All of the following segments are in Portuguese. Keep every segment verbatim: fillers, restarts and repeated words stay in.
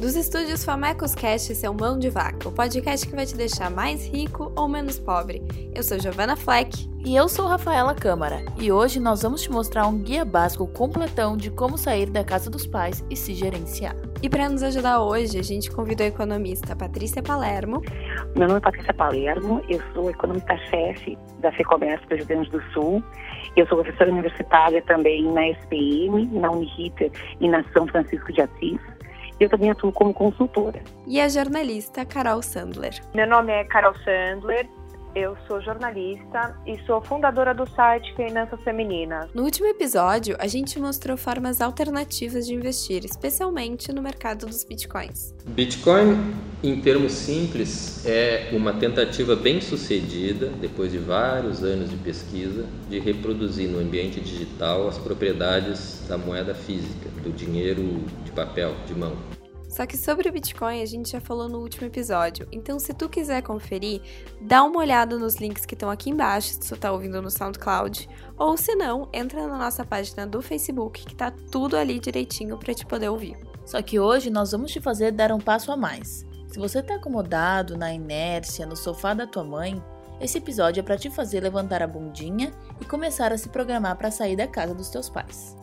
Dos estúdios Famecos Cast, seu Mão de Vaca, o podcast que vai te deixar mais rico ou menos pobre. Eu sou Giovanna Fleck. E eu sou Rafaela Câmara, e hoje nós vamos te mostrar um guia básico completão de como sair da casa dos pais e se gerenciar. E para nos ajudar hoje, a gente convidou a economista Patrícia Palermo. Meu nome é Patrícia Palermo, eu sou economista-chefe da FEComércio do Rio Grande do Sul. Eu sou professora universitária também na S P M, na Uniriter e na São Francisco de Assis. Eu também atuo como consultora. E a jornalista Carol Sandler. Meu nome é Carol Sandler, eu sou jornalista e sou fundadora do site Finanças Femininas. No último episódio, a gente mostrou formas alternativas de investir, especialmente no mercado dos bitcoins. Bitcoin, em termos simples, é uma tentativa bem sucedida, depois de vários anos de pesquisa, de reproduzir no ambiente digital as propriedades da moeda física, do dinheiro de papel, de mão. Só que sobre o Bitcoin a gente já falou no último episódio, então se tu quiser conferir, dá uma olhada nos links que estão aqui embaixo se tu tá ouvindo no SoundCloud, ou se não, entra na nossa página do Facebook que tá tudo ali direitinho pra te poder ouvir. Só que hoje nós vamos te fazer dar um passo a mais. Se você tá acomodado, na inércia, no sofá da tua mãe, esse episódio é pra te fazer levantar a bundinha e começar a se programar pra sair da casa dos teus pais.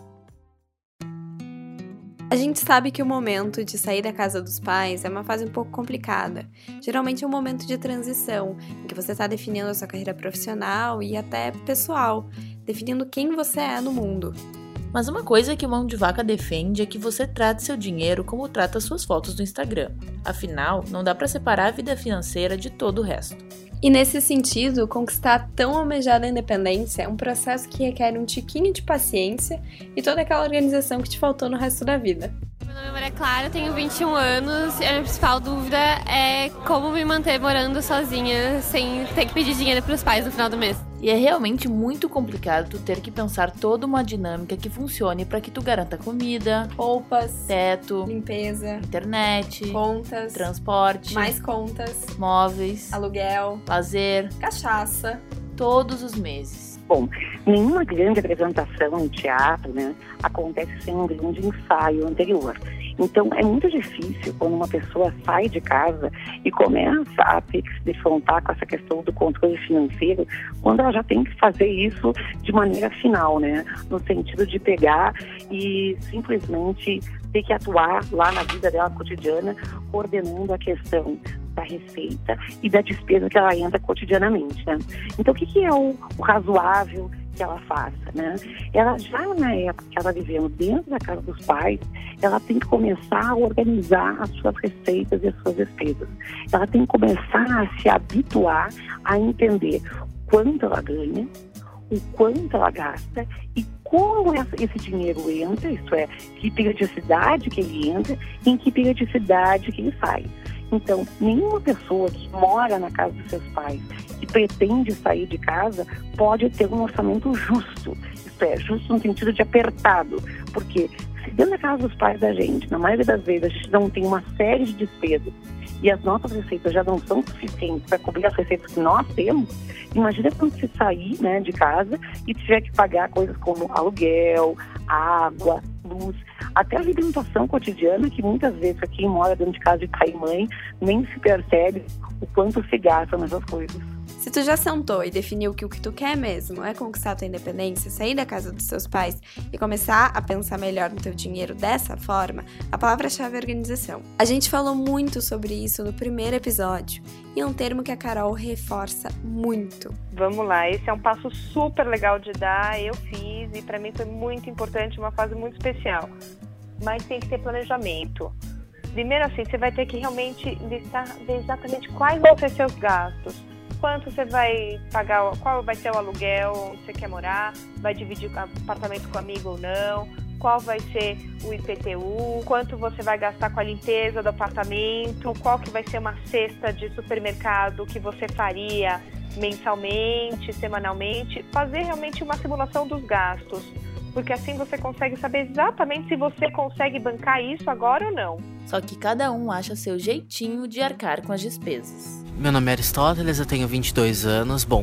A gente sabe que o momento de sair da casa dos pais é uma fase um pouco complicada. Geralmente é um momento de transição, em que você está definindo a sua carreira profissional e até pessoal, definindo quem você é no mundo. Mas uma coisa que o Mão de Vaca defende é que você trate seu dinheiro como trata suas fotos do Instagram. Afinal, não dá para separar a vida financeira de todo o resto. E nesse sentido, conquistar a tão almejada independência é um processo que requer um tiquinho de paciência e toda aquela organização que te faltou no resto da vida. Meu nome é Maria Clara, tenho vinte e um anos e a minha principal dúvida é como me manter morando sozinha sem ter que pedir dinheiro para os pais no final do mês. E é realmente muito complicado tu ter que pensar toda uma dinâmica que funcione para que tu garanta comida, roupas, teto, limpeza, internet, contas, transporte, mais contas, móveis, aluguel, lazer, cachaça, todos os meses. Bom, nenhuma grande apresentação em teatro, né, acontece sem um grande ensaio anterior. Então, é muito difícil quando uma pessoa sai de casa e começa a ter que se defrontar com essa questão do controle financeiro, quando ela já tem que fazer isso de maneira final, né? No sentido de pegar e simplesmente ter que atuar lá na vida dela cotidiana, coordenando a questão da receita e da despesa que ela entra cotidianamente, né? Então, o que, que é o, o razoável que ela faça, né? Ela já na época que ela vivendo dentro da casa dos pais, ela tem que começar a organizar as suas receitas e as suas despesas. Ela tem que começar a se habituar a entender quanto ela ganha, o quanto ela gasta e como esse dinheiro entra, isto é, que periodicidade que ele entra e em que periodicidade que ele sai. Então, nenhuma pessoa que mora na casa dos seus pais, que pretende sair de casa, pode ter um orçamento justo. Isto é, justo no sentido de apertado. Porque se dentro da casa dos pais da gente, na maioria das vezes, a gente não tem uma série de despesas e as nossas receitas já não são suficientes para cobrir as receitas que nós temos, imagina quando você sair, né, de casa e tiver que pagar coisas como aluguel, água, luz, até a alimentação cotidiana, que muitas vezes aqui mora dentro de casa de pai e mãe, nem se percebe o quanto se gasta nessas coisas. Se tu já sentou e definiu que o que tu quer mesmo é conquistar a tua independência, sair da casa dos teus pais e começar a pensar melhor no teu dinheiro dessa forma, a palavra-chave é organização. A gente falou muito sobre isso no primeiro episódio e é um termo que a Carol reforça muito. Vamos lá, esse é um passo super legal de dar, eu fiz e para mim foi muito importante, uma fase muito especial. Mas tem que ter planejamento. Primeiro assim, você vai ter que realmente listar exatamente quais vão ser seus gastos. Quanto você vai pagar, qual vai ser o aluguel onde você quer morar, vai dividir o apartamento com amigo ou não, qual vai ser o I P T U, quanto você vai gastar com a limpeza do apartamento, qual que vai ser uma cesta de supermercado que você faria mensalmente, semanalmente, fazer realmente uma simulação dos gastos, porque assim você consegue saber exatamente se você consegue bancar isso agora ou não. Só que cada um acha seu jeitinho de arcar com as despesas. Meu nome é Aristóteles, eu tenho vinte e dois anos. Bom,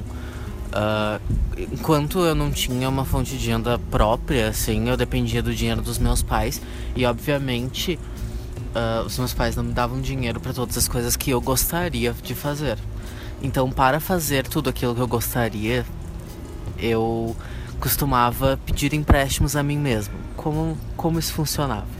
uh, enquanto eu não tinha uma fonte de renda própria, assim, eu dependia do dinheiro dos meus pais. E, obviamente, uh, os meus pais não me davam dinheiro para todas as coisas que eu gostaria de fazer. Então, para fazer tudo aquilo que eu gostaria, eu costumava pedir empréstimos a mim mesmo. Como, como isso funcionava?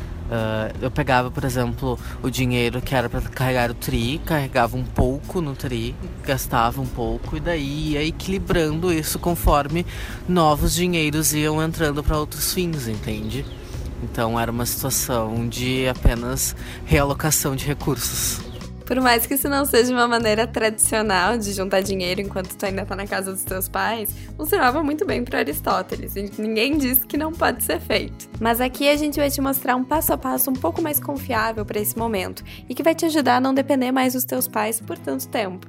Uh, eu pegava, por exemplo, o dinheiro que era para carregar o tri, carregava um pouco no tri, gastava um pouco e daí ia equilibrando isso conforme novos dinheiros iam entrando para outros fins, entende? Então era uma situação de apenas realocação de recursos. Por mais que isso não seja uma maneira tradicional de juntar dinheiro enquanto tu ainda tá na casa dos teus pais, funcionava muito bem para Aristóteles, e ninguém disse que não pode ser feito. Mas aqui a gente vai te mostrar um passo a passo um pouco mais confiável para esse momento, e que vai te ajudar a não depender mais dos teus pais por tanto tempo.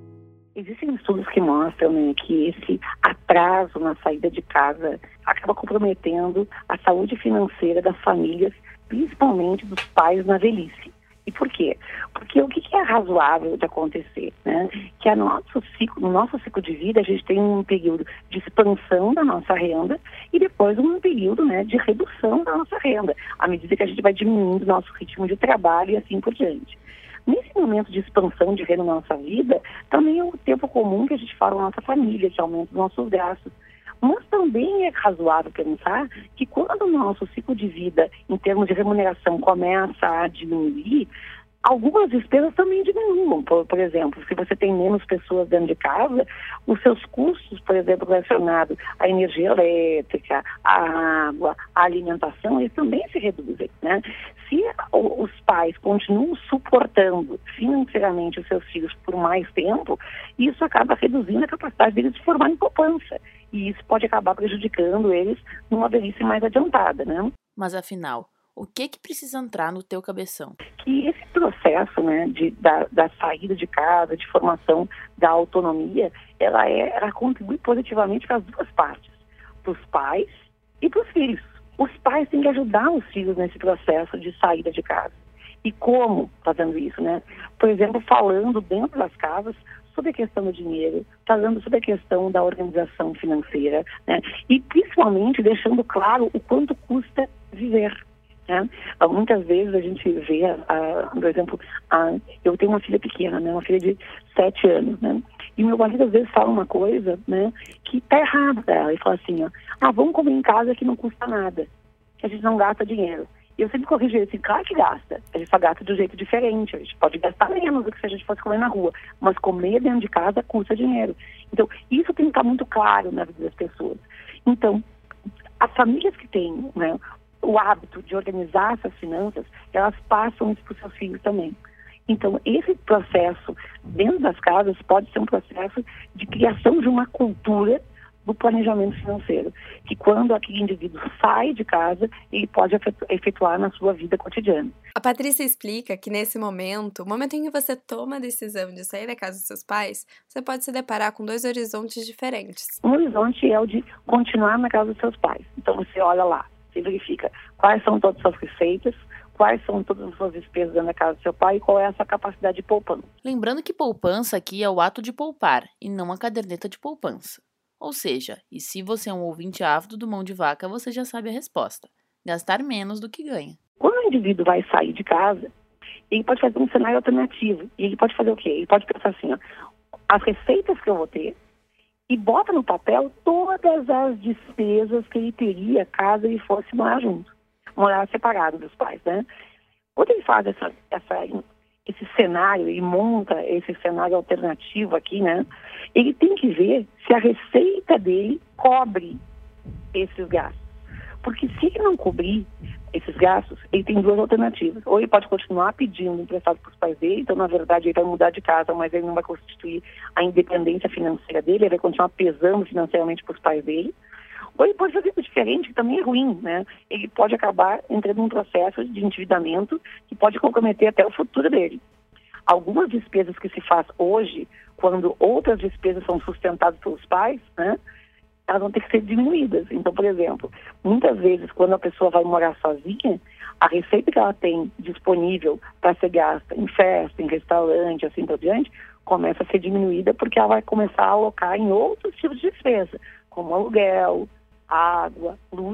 Existem estudos que mostram, né, que esse atraso na saída de casa acaba comprometendo a saúde financeira das famílias, principalmente dos pais na velhice. E por quê? Porque o que é razoável de acontecer, né? Que a nosso ciclo, no nosso ciclo de vida a gente tem um período de expansão da nossa renda e depois um período, né, de redução da nossa renda, à medida que a gente vai diminuindo o nosso ritmo de trabalho e assim por diante. Nesse momento de expansão de renda na nossa vida, também é o tempo comum que a gente fala na nossa família, de aumento dos nossos gastos. Mas também é razoável pensar que quando o nosso ciclo de vida, em termos de remuneração, começa a diminuir, algumas despesas também diminuam. Por, por exemplo, se você tem menos pessoas dentro de casa, os seus custos, por exemplo, relacionados à energia elétrica, à água, à alimentação, eles também se reduzem, né? Se os pais continuam suportando financeiramente os seus filhos por mais tempo, isso acaba reduzindo a capacidade deles de formar em poupança. E isso pode acabar prejudicando eles numa velhice mais adiantada, né? Mas afinal, o que que precisa entrar no teu cabeção? Que esse processo, né, de, da, da saída de casa, de formação da autonomia, ela, é, ela contribui positivamente para as duas partes, para os pais e para os filhos. Os pais têm que ajudar os filhos nesse processo de saída de casa. E como fazendo isso, né? Por exemplo, falando dentro das casas sobre a questão do dinheiro, falando sobre a questão da organização financeira, né? E principalmente deixando claro o quanto custa viver. Né? Muitas vezes a gente vê, a, por exemplo, a, eu tenho uma filha pequena, né? Uma filha de sete anos, né? E meu marido às vezes fala uma coisa, né, que tá errado para ela. Ele fala assim, ó, ah, vamos comer em casa que não custa nada, que a gente não gasta dinheiro. E eu sempre corrijo ele assim, claro que gasta, a gente só gasta de um jeito diferente, a gente pode gastar menos do que se a gente fosse comer na rua, mas comer dentro de casa custa dinheiro. Então, isso tem que estar muito claro na vida das pessoas. Então, as famílias que têm, né, o hábito de organizar essas finanças, elas passam isso para os seus filhos também. Então, esse processo dentro das casas pode ser um processo de criação de uma cultura do planejamento financeiro, que quando aquele indivíduo sai de casa, ele pode efetuar na sua vida cotidiana. A Patrícia explica que nesse momento, o momento em que você toma a decisão de sair da casa dos seus pais, você pode se deparar com dois horizontes diferentes. Um horizonte é o de continuar na casa dos seus pais. Então, você olha lá, você verifica quais são todas as suas receitas, quais são todas as suas despesas dentro da casa do seu pai e qual é a sua capacidade de poupança. Lembrando que poupança aqui é o ato de poupar e não a caderneta de poupança. Ou seja, e se você é um ouvinte ávido do Mão de Vaca, você já sabe a resposta. Gastar menos do que ganha. Quando o indivíduo vai sair de casa, ele pode fazer um cenário alternativo. E ele pode fazer o quê? Ele pode pensar assim, ó, as receitas que eu vou ter, e bota no papel todas as despesas que ele teria caso ele fosse morar junto. Morar separado dos pais, né? Quando ele faz essa, essa, esse cenário e monta esse cenário alternativo aqui, né? Ele tem que ver se a receita dele cobre esses gastos. Porque se ele não cobrir esses gastos, ele tem duas alternativas. Ou ele pode continuar pedindo emprestado para os pais dele, então, na verdade, ele vai mudar de casa, mas ele não vai constituir a independência financeira dele, ele vai continuar pesando financeiramente para os pais dele. Ou ele pode fazer algo diferente, que também é ruim, né? Ele pode acabar entrando num processo de endividamento que pode comprometer até o futuro dele. Algumas despesas que se faz hoje, quando outras despesas são sustentadas pelos pais, né, elas vão ter que ser diminuídas. Então, por exemplo, muitas vezes, quando a pessoa vai morar sozinha, a receita que ela tem disponível para ser gasta em festa, em restaurante, assim por diante, começa a ser diminuída porque ela vai começar a alocar em outros tipos de despesa, como aluguel, água, luz,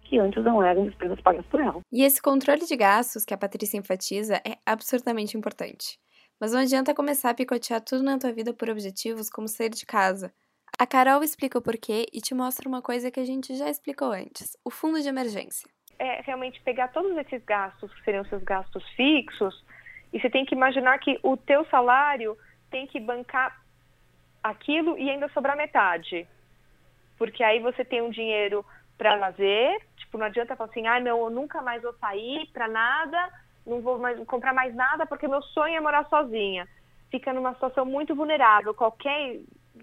que antes não eram despesas pagas por ela. E esse controle de gastos que a Patrícia enfatiza é absurdamente importante. Mas não adianta começar a picotear tudo na tua vida por objetivos como sair de casa. A Carol explica o porquê e te mostra uma coisa que a gente já explicou antes, o fundo de emergência. É realmente pegar todos esses gastos, que seriam seus gastos fixos, e você tem que imaginar que o teu salário tem que bancar aquilo e ainda sobrar metade. Porque aí você tem um dinheiro para lazer, tipo, não adianta falar assim, ah, não, eu nunca mais vou sair para nada, não vou mais comprar mais nada porque meu sonho é morar sozinha. Fica numa situação muito vulnerável. Qualquer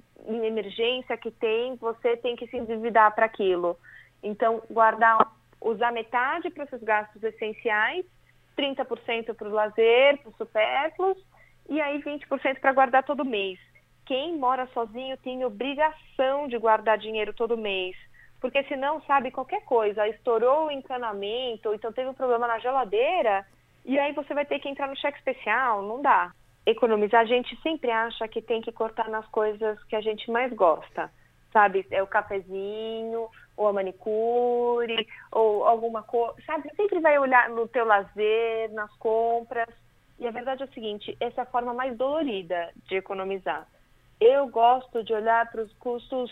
emergência que tem, você tem que se endividar para aquilo. Então, guardar, usar metade para esses gastos essenciais, trinta por cento para o lazer, para os supérfluos, e aí vinte por cento para guardar todo mês. Quem mora sozinho tem obrigação de guardar dinheiro todo mês. Porque senão, sabe, qualquer coisa, estourou o encanamento, ou então teve um problema na geladeira, e aí você vai ter que entrar no cheque especial, não dá. Economizar, a gente sempre acha que tem que cortar nas coisas que a gente mais gosta, sabe? É o cafezinho, ou a manicure, ou alguma coisa, sabe? Sempre vai olhar no teu lazer, nas compras. E a verdade é o seguinte, essa é a forma mais dolorida de economizar. Eu gosto de olhar para os custos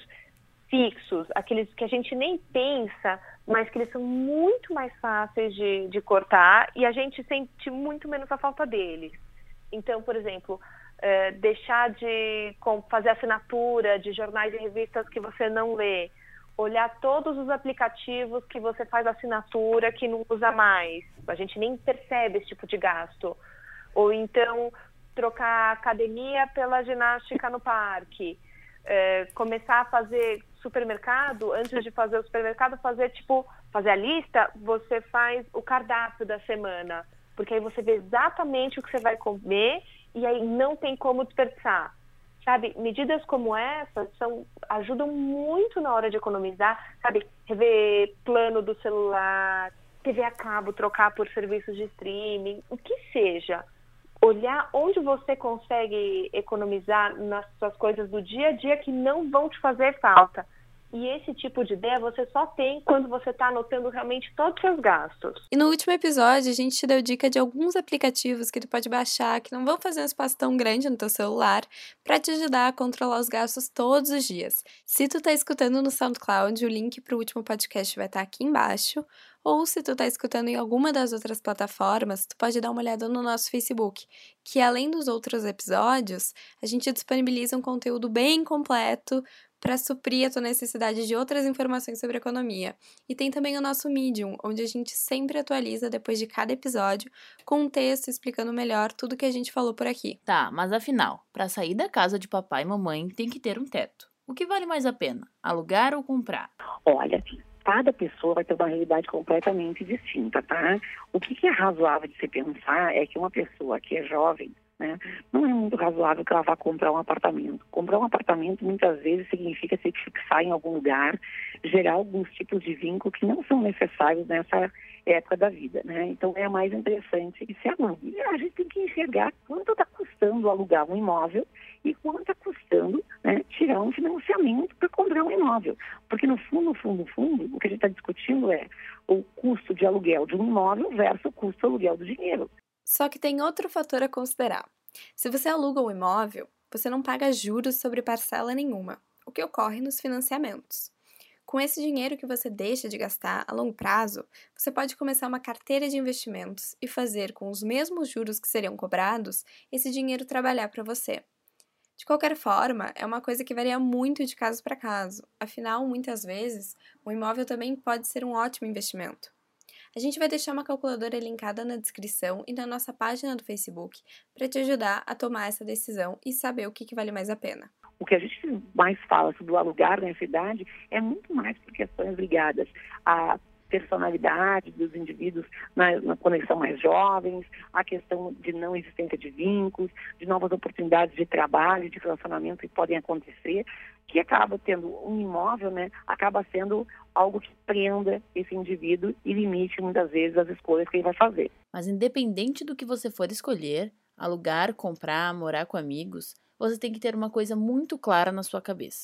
fixos, aqueles que a gente nem pensa, mas que eles são muito mais fáceis de, de cortar e a gente sente muito menos a falta deles. Então, por exemplo, é, deixar de fazer assinatura de jornais e revistas que você não lê, olhar todos os aplicativos que você faz assinatura que não usa mais, a gente nem percebe esse tipo de gasto. Ou então, trocar a academia pela ginástica no parque. É, começar a fazer supermercado, antes de fazer o supermercado, fazer tipo, fazer a lista, você faz o cardápio da semana, porque aí você vê exatamente o que você vai comer e aí não tem como desperdiçar, sabe? Medidas como essa são, ajudam muito na hora de economizar, sabe? Rever plano do celular, T V a cabo, trocar por serviços de streaming, o que seja. Olhar onde você consegue economizar nas suas coisas do dia a dia que não vão te fazer falta. E esse tipo de ideia você só tem quando você está anotando realmente todos os seus gastos. E no último episódio, a gente te deu dica de alguns aplicativos que tu pode baixar, que não vão fazer um espaço tão grande no teu celular, para te ajudar a controlar os gastos todos os dias. Se tu tá escutando no SoundCloud, o link pro último podcast vai estar aqui embaixo. Ou se tu tá escutando em alguma das outras plataformas, tu pode dar uma olhada no nosso Facebook, que além dos outros episódios, a gente disponibiliza um conteúdo bem completo para suprir a tua necessidade de outras informações sobre economia. E tem também o nosso Medium, onde a gente sempre atualiza depois de cada episódio, com um texto explicando melhor tudo que a gente falou por aqui. Tá, mas afinal, para sair da casa de papai e mamãe tem que ter um teto. O que vale mais a pena, alugar ou comprar? Olha, cada pessoa vai ter uma realidade completamente distinta, tá? O que, que é razoável de se pensar é que uma pessoa que é jovem, né, não é muito razoável que ela vá comprar um apartamento. Comprar um apartamento muitas vezes significa se fixar em algum lugar, gerar alguns tipos de vínculo que não são necessários nessa época da vida, né? Então é mais interessante que se alugue. A gente tem que enxergar quanto está custando alugar um imóvel e quanto está custando, né, tirar um financiamento para comprar um imóvel. Porque no fundo, no fundo, no fundo, o que a gente está discutindo é o custo de aluguel de um imóvel versus o custo do aluguel do dinheiro. Só que tem outro fator a considerar. Se você aluga um imóvel, você não paga juros sobre parcela nenhuma, o que ocorre nos financiamentos. Com esse dinheiro que você deixa de gastar a longo prazo, você pode começar uma carteira de investimentos e fazer com os mesmos juros que seriam cobrados, esse dinheiro trabalhar para você. De qualquer forma, é uma coisa que varia muito de caso para caso, afinal, muitas vezes, o imóvel também pode ser um ótimo investimento. A gente vai deixar uma calculadora linkada na descrição e na nossa página do Facebook para te ajudar a tomar essa decisão e saber o que, que vale mais a pena. O que a gente mais fala sobre o alugar nessa idade é muito mais por questões ligadas à personalidade dos indivíduos na, na conexão mais jovens, a questão de não existência de vínculos, de novas oportunidades de trabalho, de relacionamento que podem acontecer, que acaba tendo um imóvel, né, acaba sendo algo que prenda esse indivíduo e limite muitas vezes as escolhas que ele vai fazer. Mas independente do que você for escolher, alugar, comprar, morar com amigos, você tem que ter uma coisa muito clara na sua cabeça.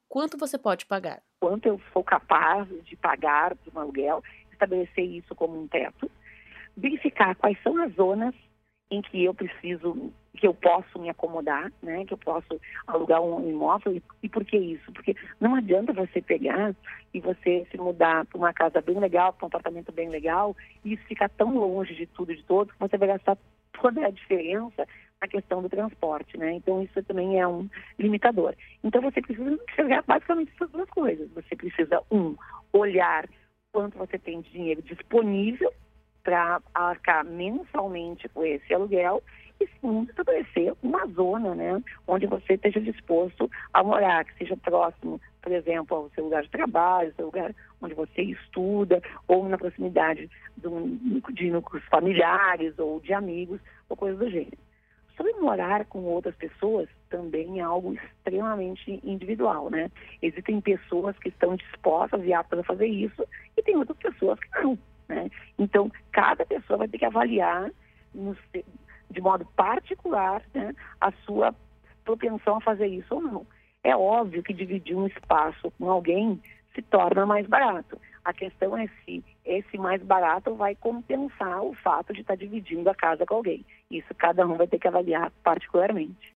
quanto você pode pagar. Quanto eu sou capaz de pagar por um aluguel, estabelecer isso como um teto, verificar quais são as zonas em que eu preciso, que eu posso me acomodar, né? Que eu posso alugar um imóvel. E, e por que isso? Porque não adianta você pegar e você se mudar para uma casa bem legal, para um apartamento bem legal, e isso ficar tão longe de tudo e de todos que você vai gastar toda a diferença na questão do transporte, né? Então isso também é um limitador. Então você precisa enxergar basicamente essas duas coisas. Você precisa, um, olhar quanto você tem de dinheiro disponível para arcar mensalmente com esse aluguel e, segundo, estabelecer uma zona, né, onde você esteja disposto a morar, que seja próximo, por exemplo, ao seu lugar de trabalho, seu lugar onde você estuda, ou na proximidade de, um, de núcleos familiares ou de amigos, ou coisas do gênero. Sobre morar com outras pessoas também é algo extremamente individual, né? Existem pessoas que estão dispostas e aptas a fazer isso e tem outras pessoas que não. Né? Então, cada pessoa vai ter que avaliar no, de modo particular, né, a sua propensão a fazer isso ou não. É óbvio que dividir um espaço com alguém se torna mais barato. A questão é se esse mais barato vai compensar o fato de estar dividindo a casa com alguém. Isso cada um vai ter que avaliar particularmente.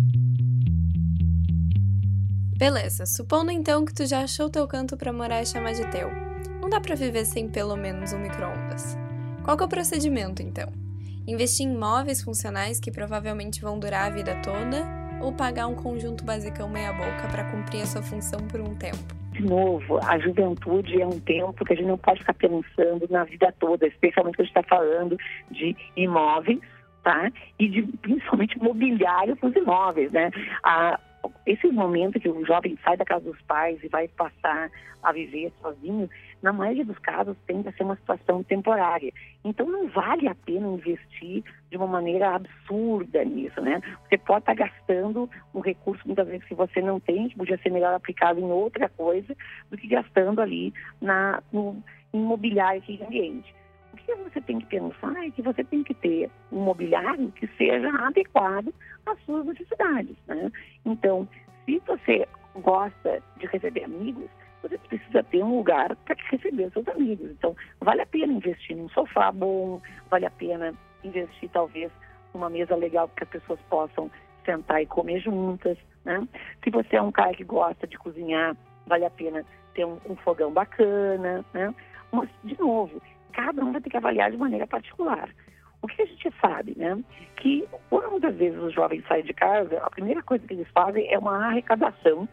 Beleza, supondo então que tu já achou teu canto para morar e chamar de teu. Não dá para viver sem pelo menos um micro-ondas. Qual que é o procedimento, então? Investir em móveis funcionais que provavelmente vão durar a vida toda ou pagar um conjunto basicão meia-boca para cumprir a sua função por um tempo? De novo, a juventude é um tempo que a gente não pode ficar pensando na vida toda, especialmente quando a gente está falando de imóveis, tá? E de, principalmente, mobiliário para os imóveis, né? A, esse momento que o jovem sai da casa dos pais e vai passar a viver sozinho, na maioria dos casos tende a ser uma situação temporária. Então não vale a pena investir de uma maneira absurda nisso, né? Você pode estar gastando um recurso muitas vezes que você não tem, que podia ser melhor aplicado em outra coisa, do que gastando ali na, no imobiliário aqui no ambiente. O que você tem que pensar é que você tem que ter um mobiliário que seja adequado às suas necessidades, né? Então, se você gosta de receber amigos, você precisa ter um lugar para receber seus amigos. Então, vale a pena investir num sofá bom, vale a pena investir, talvez, numa mesa legal para que as pessoas possam sentar e comer juntas, né? Se você é um cara que gosta de cozinhar, vale a pena ter um, um fogão bacana, né? Mas, de novo, cada um vai ter que avaliar de maneira particular. O que a gente sabe, né? Que quando muitas vezes os jovens saem de casa, a primeira coisa que eles fazem é uma arrecadação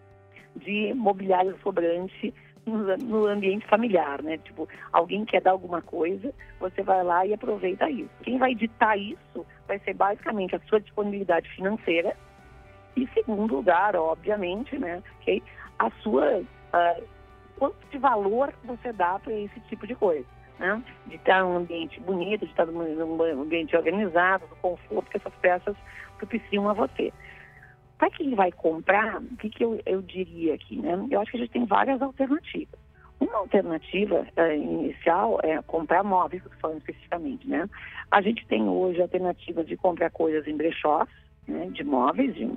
de mobiliário sobrante no, no ambiente familiar, né? Tipo, alguém quer dar alguma coisa, você vai lá e aproveita isso. Quem vai ditar isso vai ser basicamente a sua disponibilidade financeira e, segundo lugar, obviamente, né? Okay? A sua... Uh, quanto de valor você dá para esse tipo de coisa. Né? De estar em um ambiente bonito, de estar num ambiente organizado, do conforto que essas peças propiciam a você. Para quem vai comprar, o que, que eu, eu diria aqui? Né? Eu acho que a gente tem várias alternativas. Uma alternativa é, inicial é comprar móveis, falando especificamente. Né? A gente tem hoje a alternativa de comprar coisas em brechós, né, de móveis, de, uh,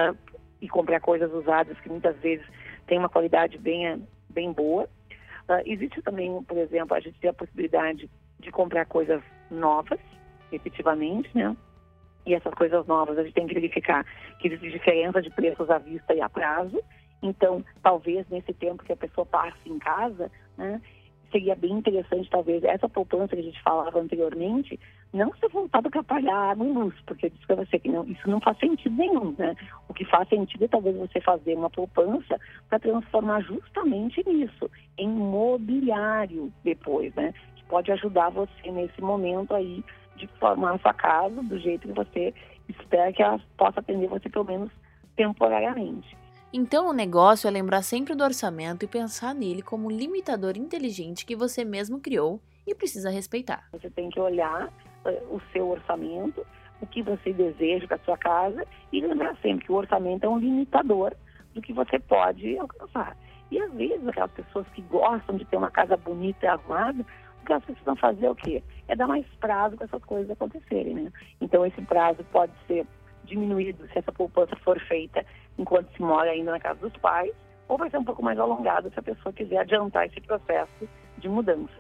e comprar coisas usadas que muitas vezes têm uma qualidade bem, bem boa. Uh, existe também, por exemplo, a gente tem a possibilidade de comprar coisas novas, efetivamente, né? E essas coisas novas a gente tem que verificar que existe diferença de preços à vista e a prazo. Então, talvez nesse tempo que a pessoa passe em casa, né, seria bem interessante, talvez, essa poupança que a gente falava anteriormente, não ser voltada para pagar água e luz, porque eu disse para você que não, isso não faz sentido nenhum, né? O que faz sentido é talvez você fazer uma poupança para transformar justamente nisso, em mobiliário depois, né? Que pode ajudar você nesse momento aí de formar a sua casa do jeito que você espera que ela possa atender você pelo menos temporariamente. Então o negócio é lembrar sempre do orçamento e pensar nele como um limitador inteligente que você mesmo criou e precisa respeitar. Você tem que olhar uh, o seu orçamento, o que você deseja para a sua casa e lembrar sempre que o orçamento é um limitador do que você pode alcançar. E às vezes aquelas pessoas que gostam de ter uma casa bonita e arrumada, o que elas precisam fazer é o quê? É dar mais prazo para essas coisas acontecerem, né? Então esse prazo pode ser diminuído se essa poupança for feita enquanto se mora ainda na casa dos pais, ou vai ser um pouco mais alongado se a pessoa quiser adiantar esse processo de mudança.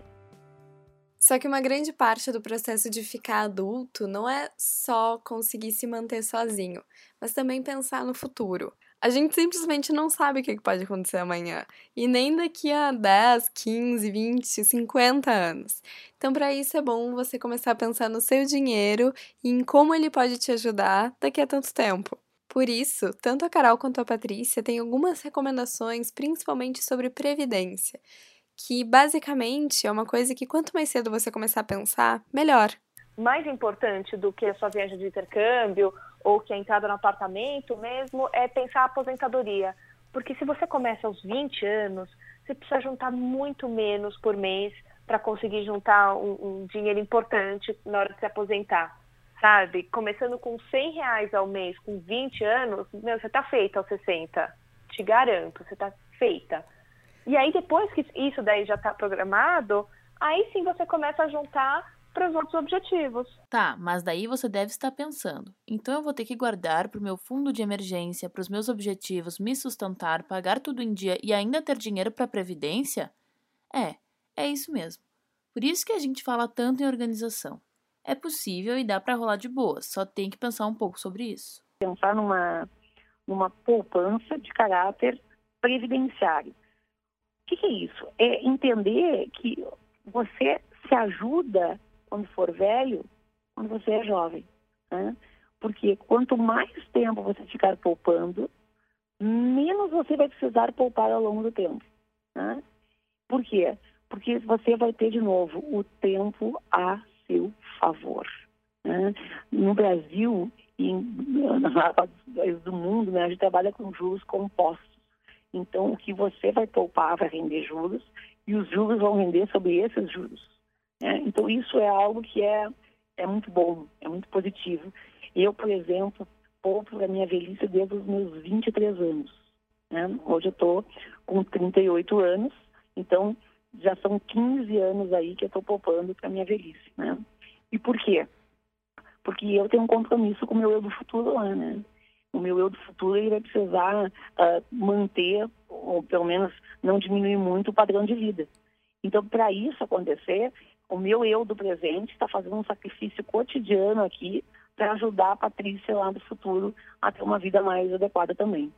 Só que uma grande parte do processo de ficar adulto não é só conseguir se manter sozinho, mas também pensar no futuro. A gente simplesmente não sabe o que pode acontecer amanhã, e nem daqui a dez, quinze, vinte, cinquenta anos. Então, para isso é bom você começar a pensar no seu dinheiro e em como ele pode te ajudar daqui a tanto tempo. Por isso, tanto a Carol quanto a Patrícia têm algumas recomendações, principalmente sobre previdência, que basicamente é uma coisa que quanto mais cedo você começar a pensar, melhor. Mais importante do que a sua viagem de intercâmbio ou que a entrada no apartamento mesmo é pensar a aposentadoria. Porque se você começa aos vinte anos, você precisa juntar muito menos por mês para conseguir juntar um, um dinheiro importante na hora de se aposentar, sabe? Começando com cem reais ao mês com vinte anos, meu, você tá feita aos sessenta. Te garanto, você tá feita. E aí, depois que isso daí já está programado, aí sim você começa a juntar para os outros objetivos. Tá, mas daí você deve estar pensando, então eu vou ter que guardar para o meu fundo de emergência, para os meus objetivos, me sustentar, pagar tudo em dia e ainda ter dinheiro para a previdência? É, é isso mesmo. Por isso que a gente fala tanto em organização. É possível e dá para rolar de boa, só tem que pensar um pouco sobre isso. Pensar numa, numa poupança de caráter previdenciário. O que, que é isso? É entender que você se ajuda quando for velho, quando você é jovem. Né? Porque quanto mais tempo você ficar poupando, menos você vai precisar poupar ao longo do tempo. Né? Por quê? Porque você vai ter de novo o tempo a seu favor. Né? No Brasil e em países do mundo, né, a gente trabalha com juros compostos. Então, o que você vai poupar vai render juros e os juros vão render sobre esses juros. Né? Então, isso é algo que é, é muito bom, é muito positivo. Eu, por exemplo, poupo para a minha velhice desde os meus vinte e três anos. Né? Hoje eu estou com trinta e oito anos, então já são quinze anos aí que eu estou poupando para a minha velhice. Né? E por quê? Porque eu tenho um compromisso com o meu eu do futuro lá, né? O meu eu do futuro ele vai precisar uh, manter, ou pelo menos não diminuir muito o padrão de vida. Então, para isso acontecer, o meu eu do presente está fazendo um sacrifício cotidiano aqui para ajudar a Patrícia lá do futuro a ter uma vida mais adequada também.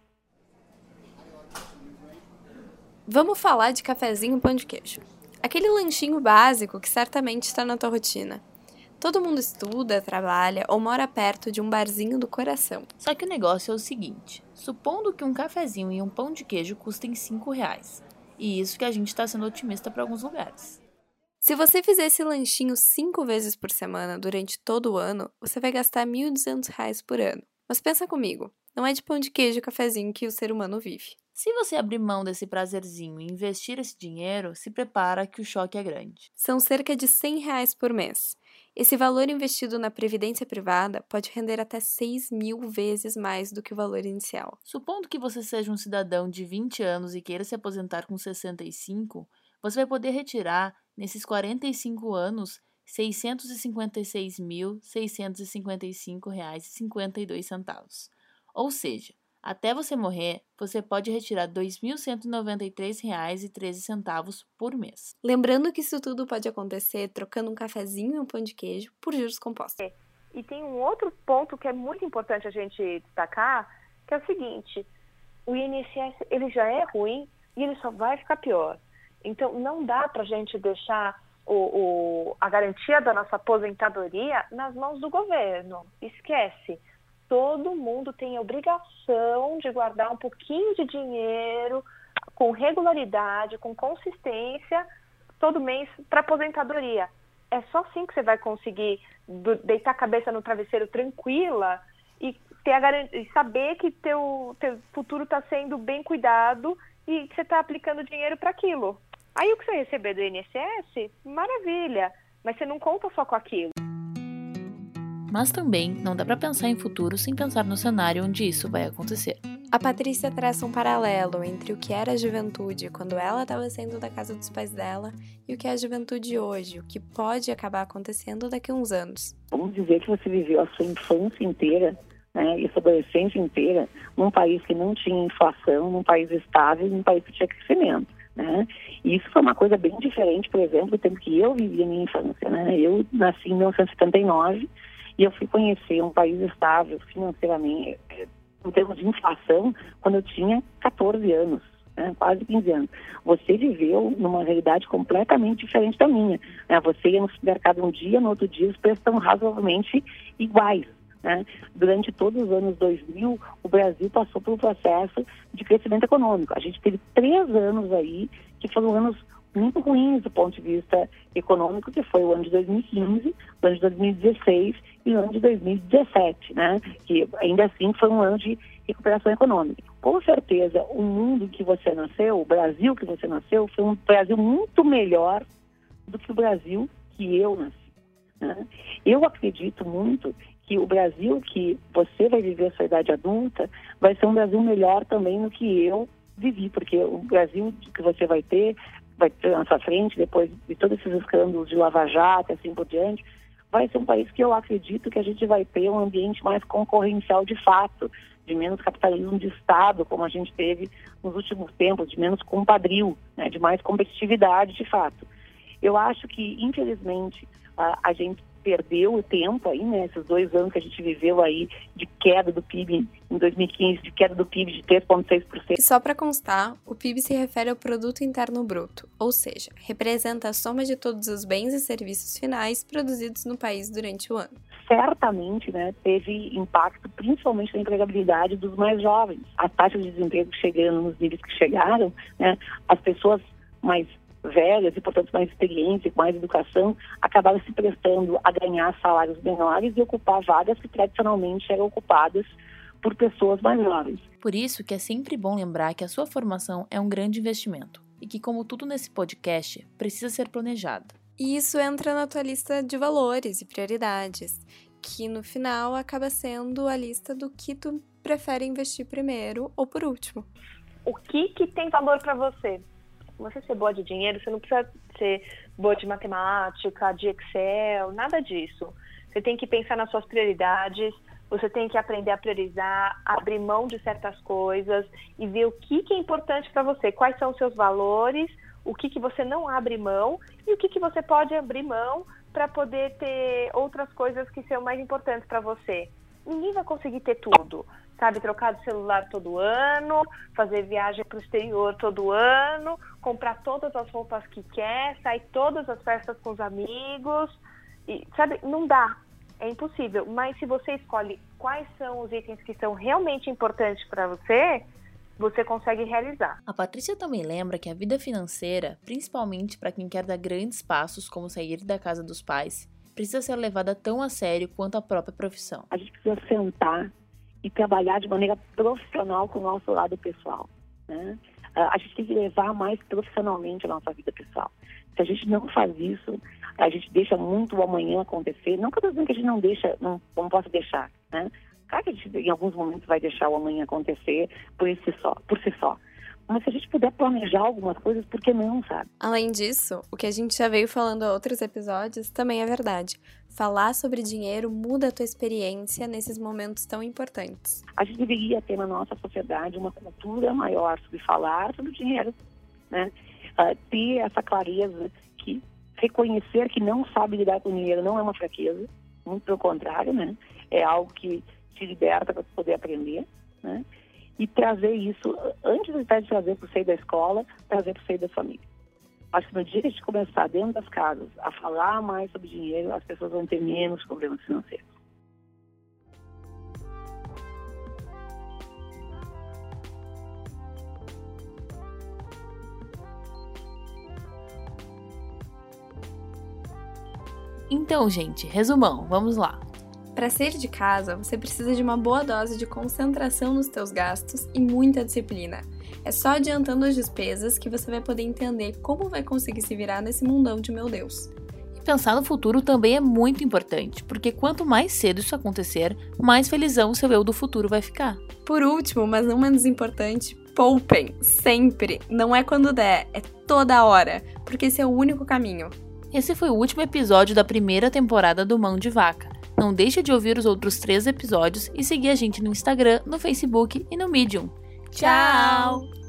Vamos falar de cafezinho e pão de queijo. Aquele lanchinho básico que certamente está na tua rotina. Todo mundo estuda, trabalha ou mora perto de um barzinho do coração. Só que o negócio é o seguinte, supondo que um cafezinho e um pão de queijo custem cinco reais. E isso que a gente está sendo otimista para alguns lugares. Se você fizer esse lanchinho cinco vezes por semana durante todo o ano, você vai gastar mil e duzentos reais por ano. Mas pensa comigo, não é de pão de queijo e cafezinho que o ser humano vive. Se você abrir mão desse prazerzinho e investir esse dinheiro, se prepara que o choque é grande. São cerca de cem reais por mês. Esse valor investido na previdência privada pode render até seis mil vezes mais do que o valor inicial. Supondo que você seja um cidadão de vinte anos e queira se aposentar com sessenta e cinco, você vai poder retirar, nesses quarenta e cinco anos, seiscentos e cinquenta e seis mil, seiscentos e cinquenta e cinco reais e cinquenta e dois centavos. Ou seja, até você morrer, você pode retirar dois mil cento e noventa e três reais e treze centavos por mês. Lembrando que isso tudo pode acontecer trocando um cafezinho e um pão de queijo por juros compostos. É. E tem um outro ponto que é muito importante a gente destacar, que é o seguinte, o I N S S ele já é ruim e ele só vai ficar pior. Então não dá para a gente deixar o, o, a garantia da nossa aposentadoria nas mãos do governo. Esquece. Todo mundo tem a obrigação de guardar um pouquinho de dinheiro com regularidade, com consistência, todo mês para aposentadoria. É só assim que você vai conseguir deitar a cabeça no travesseiro tranquila e, ter a garantia, e saber que teu, teu futuro está sendo bem cuidado e que você está aplicando dinheiro para aquilo. Aí o que você receber do I N S S, maravilha, mas você não conta só com aquilo. Mas também não dá para pensar em futuro sem pensar no cenário onde isso vai acontecer. A Patrícia traça um paralelo entre o que era a juventude quando ela estava saindo da casa dos pais dela e o que é a juventude hoje, o que pode acabar acontecendo daqui a uns anos. Vamos dizer que você viveu a sua infância inteira né, essa adolescência inteira num país que não tinha inflação, num país estável, num país que tinha crescimento, né? E isso foi uma coisa bem diferente, por exemplo, do tempo que eu vivi a minha infância, né? Eu nasci em mil novecentos e setenta e nove e eu fui conhecer um país estável financeiramente, em termos de inflação, quando eu tinha catorze anos, né? Quase quinze anos. Você viveu numa realidade completamente diferente da minha, né? Você ia no supermercado um dia, no outro dia os preços estão razoavelmente iguais. Né? Durante todos os anos dois mil, o Brasil passou por um processo de crescimento econômico. A gente teve três anos aí que foram anos muito ruins do ponto de vista econômico, que foi o ano de dois mil e quinze, o ano de dois mil e dezesseis e o ano de dois mil e dezessete, né? Que ainda assim foi um ano de recuperação econômica. Com certeza, o mundo que você nasceu, o Brasil que você nasceu, foi um Brasil muito melhor do que o Brasil que eu nasci. Né? Eu acredito muito que o Brasil que você vai viver a sua idade adulta vai ser um Brasil melhor também do que eu vivi, porque o Brasil que você vai ter, vai ter na sua frente, depois de todos esses escândalos de Lava Jato e assim por diante, vai ser um país que eu acredito que a gente vai ter um ambiente mais concorrencial de fato, de menos capitalismo de Estado, como a gente teve nos últimos tempos, de menos compadrio, né, de mais competitividade de fato. Eu acho que, infelizmente, a, a gente perdeu o tempo aí, né, esses dois anos que a gente viveu aí de queda do P I B em dois mil e quinze, de queda do P I B de três vírgula seis por cento. E só para constar, o P I B se refere ao Produto Interno Bruto, ou seja, representa a soma de todos os bens e serviços finais produzidos no país durante o ano. Certamente, né, teve impacto principalmente na empregabilidade dos mais jovens. As taxas de desemprego chegando nos níveis que chegaram, né, as pessoas mais velhas e, portanto, mais experiência, com mais educação, acabaram se prestando a ganhar salários menores e ocupar vagas que tradicionalmente eram ocupadas por pessoas mais jovens. Por isso que é sempre bom lembrar que a sua formação é um grande investimento e que, como tudo nesse podcast, precisa ser planejado. E isso entra na tua lista de valores e prioridades, que no final acaba sendo a lista do que tu prefere investir primeiro ou por último. O que que tem valor para você? Você ser boa de dinheiro, você não precisa ser boa de matemática, de Excel, nada disso. Você tem que pensar nas suas prioridades, você tem que aprender a priorizar, abrir mão de certas coisas e ver o que, que é importante para você, quais são os seus valores, o que, que você não abre mão e o que, que você pode abrir mão para poder ter outras coisas que são mais importantes para você. Ninguém vai conseguir ter tudo. Sabe, trocar de celular todo ano, fazer viagem para o exterior todo ano, comprar todas as roupas que quer, sair todas as festas com os amigos, e, sabe, não dá, é impossível. Mas se você escolhe quais são os itens que são realmente importantes para você, você consegue realizar. A Patrícia também lembra que a vida financeira, principalmente para quem quer dar grandes passos como sair da casa dos pais, precisa ser levada tão a sério quanto a própria profissão. A gente precisa sentar e trabalhar de maneira profissional com o nosso lado pessoal, né? A gente tem que levar mais profissionalmente a nossa vida pessoal. Se a gente não faz isso, a gente deixa muito o amanhã acontecer. Não que eu estou dizendo que a gente não deixa, não, não possa deixar, né? Claro que a gente, em alguns momentos, vai deixar o amanhã acontecer por si só, por si só. Mas se a gente puder planejar algumas coisas, por que não, sabe? Além disso, o que a gente já veio falando em outros episódios também é verdade. Falar sobre dinheiro muda a tua experiência nesses momentos tão importantes. A gente deveria ter na nossa sociedade uma cultura maior sobre falar sobre dinheiro, né? Uh, ter essa clareza, que reconhecer que não sabe lidar com dinheiro não é uma fraqueza, muito pelo contrário, né? É algo que te liberta para poder aprender, né? E trazer isso, antes de trazer para o seio da escola, trazer para o seio da família. Acho que no dia que a gente começar dentro das casas a falar mais sobre dinheiro, as pessoas vão ter menos problemas financeiros. Então, gente, resumão, vamos lá. Para sair de casa, você precisa de uma boa dose de concentração nos teus gastos e muita disciplina. É só adiantando as despesas que você vai poder entender como vai conseguir se virar nesse mundão de meu Deus. E pensar no futuro também é muito importante, porque quanto mais cedo isso acontecer, mais felizão o seu eu do futuro vai ficar. Por último, mas não menos importante, poupem, sempre. Não é quando der, é toda hora, porque esse é o único caminho. Esse foi o último episódio da primeira temporada do Mão de Vaca. Não deixa de ouvir os outros três episódios e seguir a gente no Instagram, no Facebook e no Medium. Tchau!